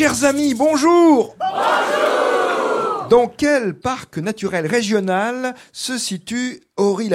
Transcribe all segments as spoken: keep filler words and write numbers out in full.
Chers amis, bonjour. Bonjour. Dans quel parc naturel régional se situe Ory-la-Ville ?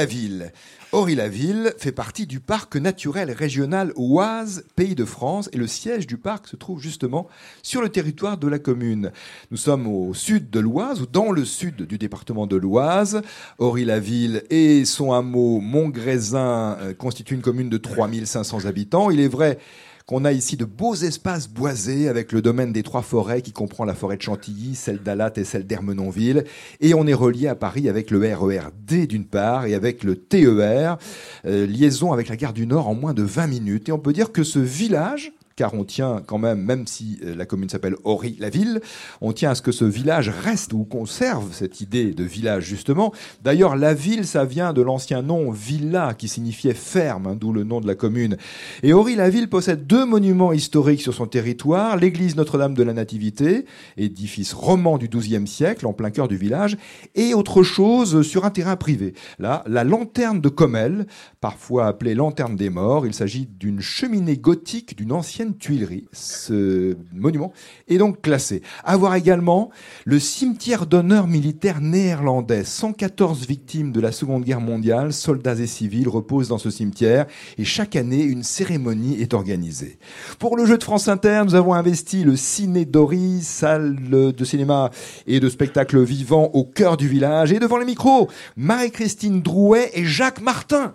Ory-la-Ville fait partie du parc naturel régional Oise, Pays de France, et le siège du parc se trouve justement sur le territoire de la commune. Nous sommes au sud de l'Oise, ou dans le sud du département de l'Oise. Ory-la-Ville et son hameau Montgrésin euh, constituent une commune de trois mille cinq cents habitants. Il est vrai qu'on a ici de beaux espaces boisés avec le domaine des Trois Forêts qui comprend la forêt de Chantilly, celle d'Alatte et celle d'Ermenonville. Et on est relié à Paris avec le R E R D d'une part et avec le T E R, euh, liaison avec la gare du Nord en moins de vingt minutes. Et on peut dire que ce village, car on tient quand même, même si la commune s'appelle Ory-la-Ville, on tient à ce que ce village reste ou conserve cette idée de village justement. D'ailleurs, la ville, ça vient de l'ancien nom villa qui signifiait ferme, hein, d'où le nom de la commune. Et Ory-la-Ville possède deux monuments historiques sur son territoire, l'église Notre-Dame de la Nativité, édifice roman du douzième siècle en plein cœur du village, et autre chose sur un terrain privé. Là, la lanterne de Commelle, parfois appelée lanterne des morts, il s'agit d'une cheminée gothique d'une ancienne Tuileries. Ce monument est donc classé. À voir également le cimetière d'honneur militaire néerlandais. cent quatorze victimes de la Seconde Guerre mondiale, soldats et civils, reposent dans ce cimetière et chaque année, une cérémonie est organisée. Pour le jeu de France Inter, nous avons investi le Ciné Dory, salle de cinéma et de spectacle vivant au cœur du village. Et devant les micros, Marie-Christine Drouet et Jacques Martin.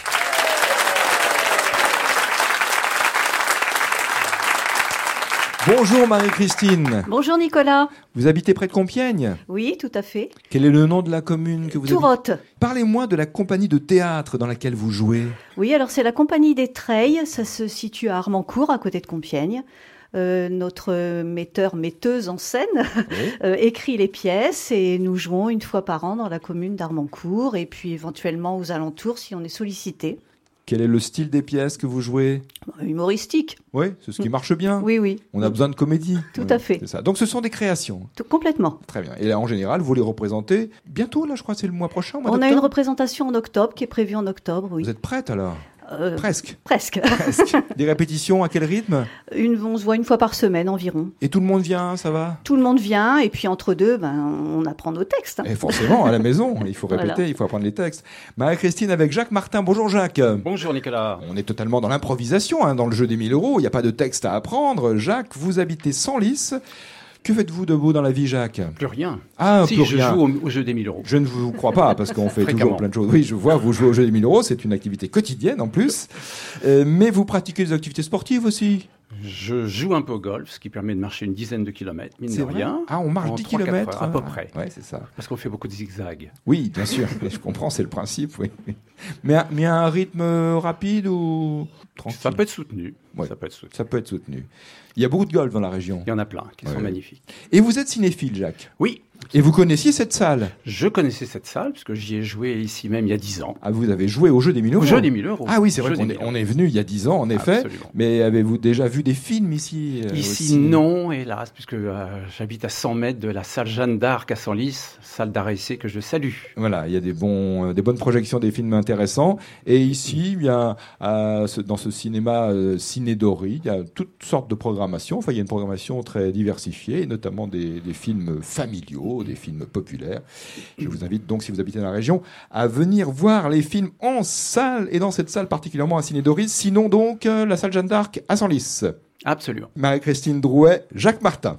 Bonjour Marie-Christine. Bonjour Nicolas. Vous habitez près de Compiègne ? Oui, tout à fait. Quel est le nom de la commune que vous Tourotte. habitez ? Parlez-moi de la compagnie de théâtre dans laquelle vous jouez. Oui, alors c'est la compagnie des Treilles, ça se situe à Armancourt, à côté de Compiègne. Euh, notre metteur, metteuse en scène, oui. euh, écrit les pièces et nous jouons une fois par an dans la commune d'Armancourt et puis éventuellement aux alentours si on est sollicité. Quel est le style des pièces que vous jouez ? Humoristique. Oui, c'est ce qui marche bien. Oui, oui. On a besoin de comédie. Tout oui, à fait. C'est ça. Donc ce sont des créations. Tout, complètement. Très bien. Et là, en général, vous les représentez bientôt, là, je crois, c'est le mois prochain. Mois On d'octobre. a une représentation en octobre qui est prévue en octobre, oui. Vous êtes prête alors ? Euh, Presque. Presque. Presque. Des répétitions à quel rythme ? Une, on se voit une fois par semaine environ. Et tout le monde vient, ça va ? Tout le monde vient et puis entre deux, ben, on apprend nos textes. Hein. Et forcément, à la maison, il faut répéter, voilà. Il faut apprendre les textes. Marie-Christine avec Jacques Martin. Bonjour Jacques. Bonjour Nicolas. On est totalement dans l'improvisation, hein, dans le jeu des mille euros. Il n'y a pas de texte à apprendre. Jacques, vous habitez Senlis. Que faites-vous de beau dans la vie, Jacques ? Plus rien. Ah, si, plus je rien. joue au, au jeu des mille euros. Je ne vous crois pas, parce qu'on fait toujours plein de choses. Oui, je vois, vous jouez au jeu des mille euros, c'est une activité quotidienne en plus. Euh, mais vous pratiquez des activités sportives aussi ? Je joue un peu au golf, ce qui permet de marcher une dizaine de kilomètres, mine de rien. Ah, on marche dix kilomètres à peu près. Ouais, c'est ça. Parce qu'on fait beaucoup de zigzags. Oui, bien sûr, je comprends, c'est le principe, oui. Mais, mais à un rythme rapide ou tranquille ? Ça peut être soutenu. Ouais, ça peut être soutenu. Ça peut être soutenu. Il y a beaucoup de golf dans la région. Il y en a plein qui ouais. sont magnifiques. Et vous êtes cinéphile, Jacques ? Oui. Et vous connaissiez cette salle ? Je connaissais cette salle, parce que j'y ai joué ici même il y a dix ans. Ah, vous avez joué au jeu des mille euros ? Au jeu des mille euros. Ah oui, c'est vrai qu'on est, on est venu il y a dix ans, en effet. Absolument. Mais avez-vous déjà vu des films ici euh, Ici, aussi ? Non, hélas, puisque euh, j'habite à cent mètres de la salle Jeanne d'Arc à Senlis, salle d'art et essai que je salue. Voilà, il y a des, bons, euh, des bonnes projections, des films intéressants. Et ici, il y a, euh, ce, dans ce cinéma euh, Ciné Dory, il y a toutes sortes de programmations. Enfin, il y a une programmation très diversifiée, notamment des, des films familiaux, des films populaires. Je vous invite donc, si vous habitez dans la région, à venir voir les films en salle, et dans cette salle particulièrement à Ciné Dory. Sinon donc, euh, la salle Jeanne d'Arc à Senlis. Absolument. Marie-Christine Drouet, Jacques Martin.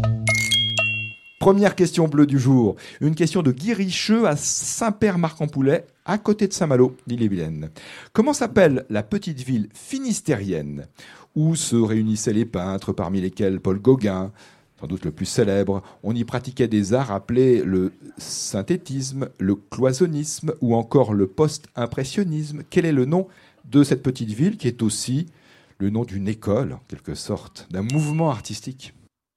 Première question bleue du jour. Une question de Guy Richeux à Saint-Père-Marc-en-Poulet, à côté de Saint-Malo, l'Ille-et-Vilaine. Comment s'appelle la petite ville finistérienne où se réunissaient les peintres, parmi lesquels Paul Gauguin, sans doute le plus célèbre? On y pratiquait des arts appelés le synthétisme, le cloisonnisme ou encore le post-impressionnisme. Quel est le nom de cette petite ville qui est aussi le nom d'une école, en quelque sorte, d'un mouvement artistique?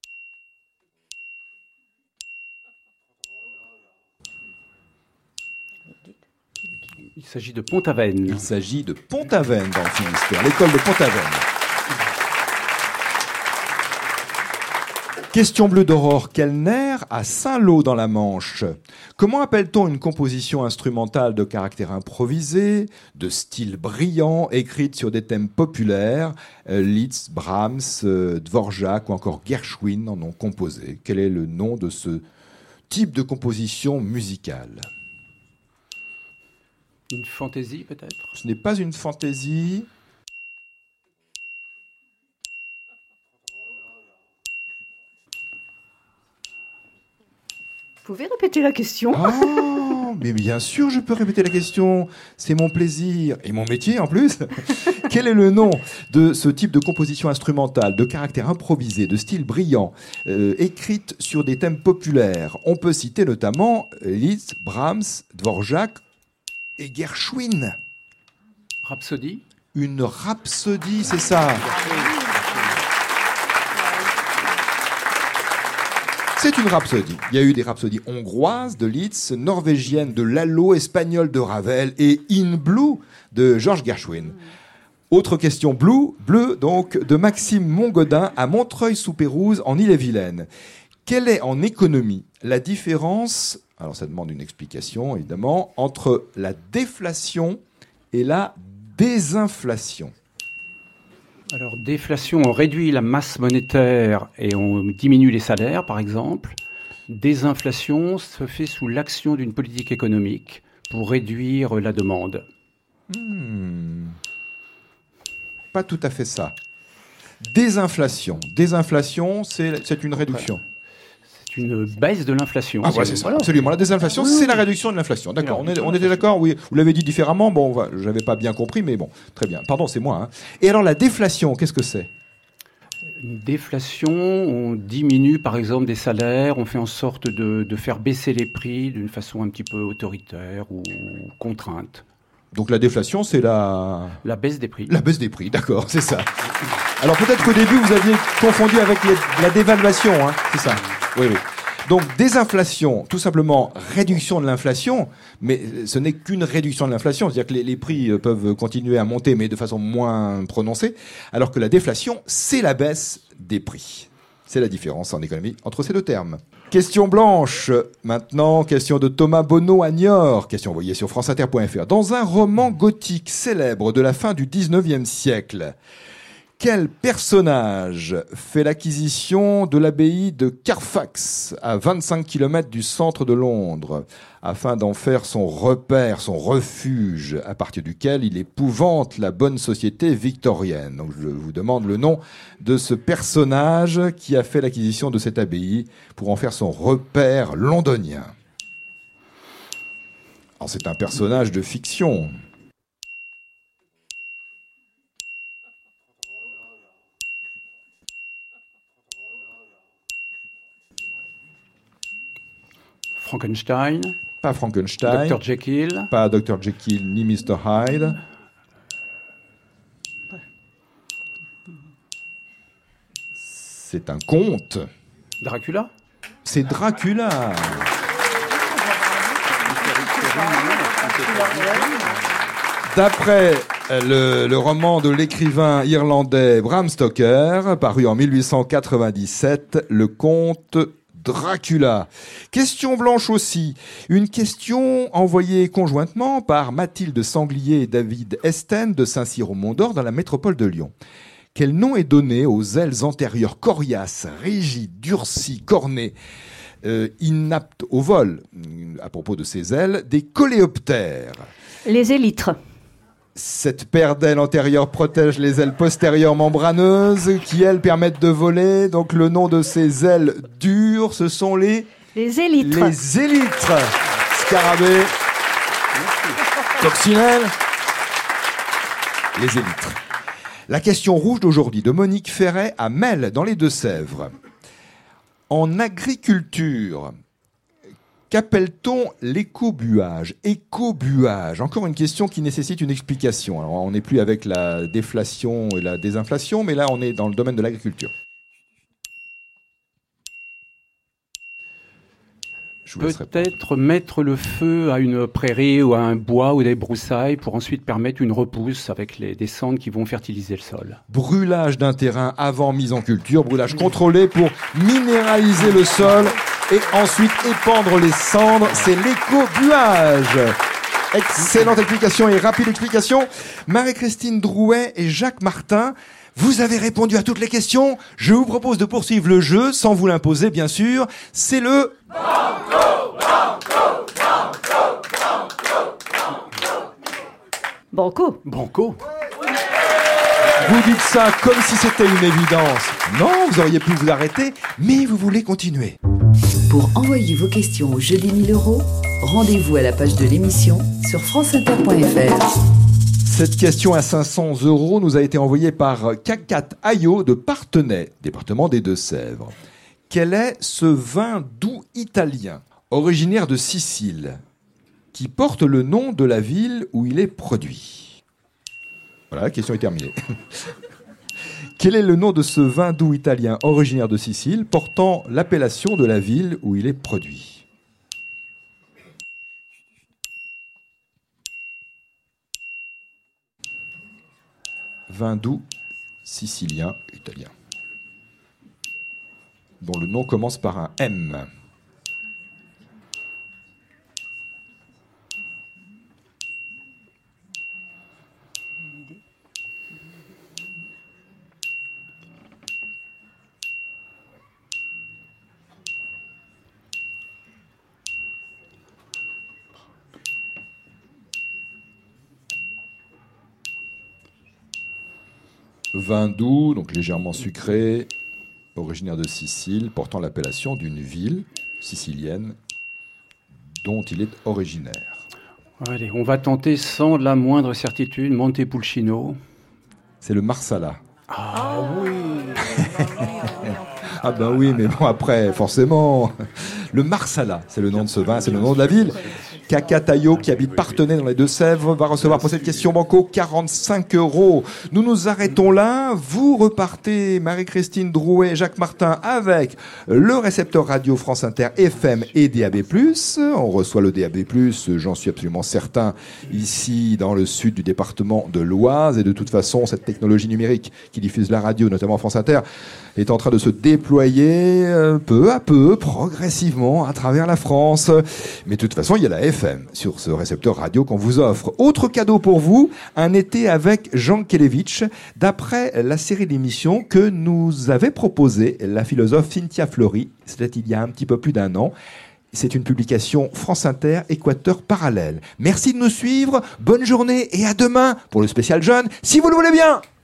Il s'agit de Pont-Aven. Il s'agit de Pont-Aven dans le Finistère, l'école de Pont-Aven. Question bleue d'Aurore Kellner à Saint-Lô dans la Manche. Comment appelle-t-on une composition instrumentale de caractère improvisé, de style brillant, écrite sur des thèmes populaires? euh, Liszt, Brahms, euh, Dvorak ou encore Gershwin en ont composé. Quel est le nom de ce type de composition musicale? Une fantaisie peut-être? Ce n'est pas une fantaisie. Vous pouvez répéter la question? Oh, mais bien sûr, je peux répéter la question. C'est mon plaisir et mon métier en plus. Quel est le nom de ce type de composition instrumentale de caractère improvisé, de style brillant, euh, écrite sur des thèmes populaires? On peut citer notamment Liszt, Brahms, Dvorak et Gershwin. Rhapsodie? Une rhapsodie, c'est ça. C'est une rhapsodie. Il y a eu des rhapsodies hongroises de Liszt, norvégiennes de Lalo, espagnoles de Ravel et In Blue de Georges Gershwin. Autre question blue, bleu donc, de Maxime Mongodin à Montreuil-sous-Pérouse en Ille-et-Vilaine. Quelle est en économie la différence, alors ça demande une explication évidemment, entre la déflation et la désinflation? Alors, déflation, on réduit la masse monétaire et on diminue les salaires, par exemple. Désinflation se fait sous l'action d'une politique économique pour réduire la demande. Hmm. Pas tout à fait ça. Désinflation. Désinflation, c'est, c'est une réduction. C'est une baisse de l'inflation. Ah ouais, c'est ça, absolument. La désinflation, oui, c'est la réduction de l'inflation. D'accord, on, est, on était d'accord? Oui, vous l'avez dit différemment. Bon, va, j'avais pas bien compris, mais bon, très bien. Pardon, c'est moi. Hein. Et alors, la déflation, qu'est-ce que c'est? Une déflation, on diminue par exemple des salaires, on fait en sorte de, de faire baisser les prix d'une façon un petit peu autoritaire ou contrainte. Donc la déflation, c'est la... La baisse des prix. La baisse des prix, d'accord, c'est ça. Alors peut-être qu'au début, vous aviez confondu avec les, la dévaluation, hein, c'est ça. Oui, oui. Donc désinflation, tout simplement réduction de l'inflation, mais ce n'est qu'une réduction de l'inflation, c'est-à-dire que les, les prix peuvent continuer à monter, mais de façon moins prononcée, alors que la déflation, c'est la baisse des prix. C'est la différence en économie entre ces deux termes. Question blanche, maintenant, question de Thomas Bonneau à Niort, question envoyée sur franceinter point f r. Dans un roman gothique célèbre de la fin du dix-neuvième siècle, quel personnage fait l'acquisition de l'abbaye de Carfax, à vingt-cinq kilomètres du centre de Londres, afin d'en faire son repère, son refuge, à partir duquel il épouvante la bonne société victorienne? Donc je vous demande le nom de ce personnage qui a fait l'acquisition de cette abbaye pour en faire son repère londonien. Alors c'est un personnage de fiction. Frankenstein. Pas Frankenstein. docteur Jekyll. Pas docteur Jekyll ni mister Hyde. C'est un conte. Dracula. C'est Dracula. D'après le, le roman de l'écrivain irlandais Bram Stoker, paru en mille huit cent quatre-vingt-dix-sept, le conte Dracula. Question blanche aussi. Une question envoyée conjointement par Mathilde Sanglier et David Esten de Saint-Cyr au Mont-d'Or dans la métropole de Lyon. Quel nom est donné aux ailes antérieures coriaces, rigides, durcies, cornées, euh, inaptes au vol, à propos de ces ailes, des coléoptères? Les élytres. Cette paire d'ailes antérieures protège les ailes postérieures membraneuses qui, elles, permettent de voler. Donc, le nom de ces ailes dures, ce sont les... Les élytres. Les élytres. Scarabée. Coccinelle. Les élytres. La question rouge d'aujourd'hui, de Monique Ferret à Melle, dans les Deux-Sèvres. En agriculture, qu'appelle-t-on l'écobuage? Écobuage. Encore une question qui nécessite une explication. Alors, on n'est plus avec la déflation et la désinflation, mais là, on est dans le domaine de l'agriculture. Peut-être mettre le feu à une prairie ou à un bois ou des broussailles pour ensuite permettre une repousse avec les, des cendres qui vont fertiliser le sol. Brûlage d'un terrain avant mise en culture, brûlage contrôlé pour minéraliser le sol et ensuite épandre les cendres, c'est l'éco-buage. Excellente explication et rapide explication. Marie-Christine Drouet et Jacques Martin, vous avez répondu à toutes les questions. Je vous propose de poursuivre le jeu, sans vous l'imposer bien sûr. C'est le... Banco, banco, banco, banco. Banco. Vous dites ça comme si c'était une évidence. Non, vous auriez pu vous arrêter, mais vous voulez continuer. Pour envoyer vos questions au jeu des mille euros, rendez-vous à la page de l'émission sur franceinter point f r. Cette question à cinq cents euros nous a été envoyée par Cacat Ayo de Parthenay, département des Deux-Sèvres. Quel est ce vin doux italien, originaire de Sicile, qui porte le nom de la ville où il est produit ? Voilà, la question est terminée. Quel est le nom de ce vin doux italien originaire de Sicile, portant l'appellation de la ville où il est produit ? Vin doux sicilien italien, dont le nom commence par un M. Vin doux, donc légèrement sucré, originaire de Sicile, portant l'appellation d'une ville sicilienne dont il est originaire. Allez, on va tenter sans la moindre certitude Montepulciano. C'est le Marsala. Ah oui. Ah ben oui, mais bon après, forcément. Le Marsala, c'est le nom de ce vin, c'est le nom de la ville. Cacatayo, qui habite Parthenay dans les Deux-Sèvres, va recevoir pour cette question banco quarante-cinq euros. Nous nous arrêtons là. Vous repartez, Marie-Christine Drouet et Jacques Martin, avec le récepteur radio France Inter F M et D A B plus. On reçoit le D A B plus, j'en suis absolument certain, ici dans le sud du département de l'Oise. Et de toute façon, cette technologie numérique qui diffuse la radio, notamment France Inter, est en train de se déployer euh, peu à peu, progressivement, à travers la France. Mais de toute façon, il y a la F M sur ce récepteur radio qu'on vous offre. Autre cadeau pour vous, un été avec Jean Kelevitch, d'après la série d'émissions que nous avait proposée la philosophe Cynthia Fleury, c'était il y a un petit peu plus d'un an. C'est une publication France Inter, Équateur parallèle. Merci de nous suivre, bonne journée et à demain pour le spécial jeune, si vous le voulez bien.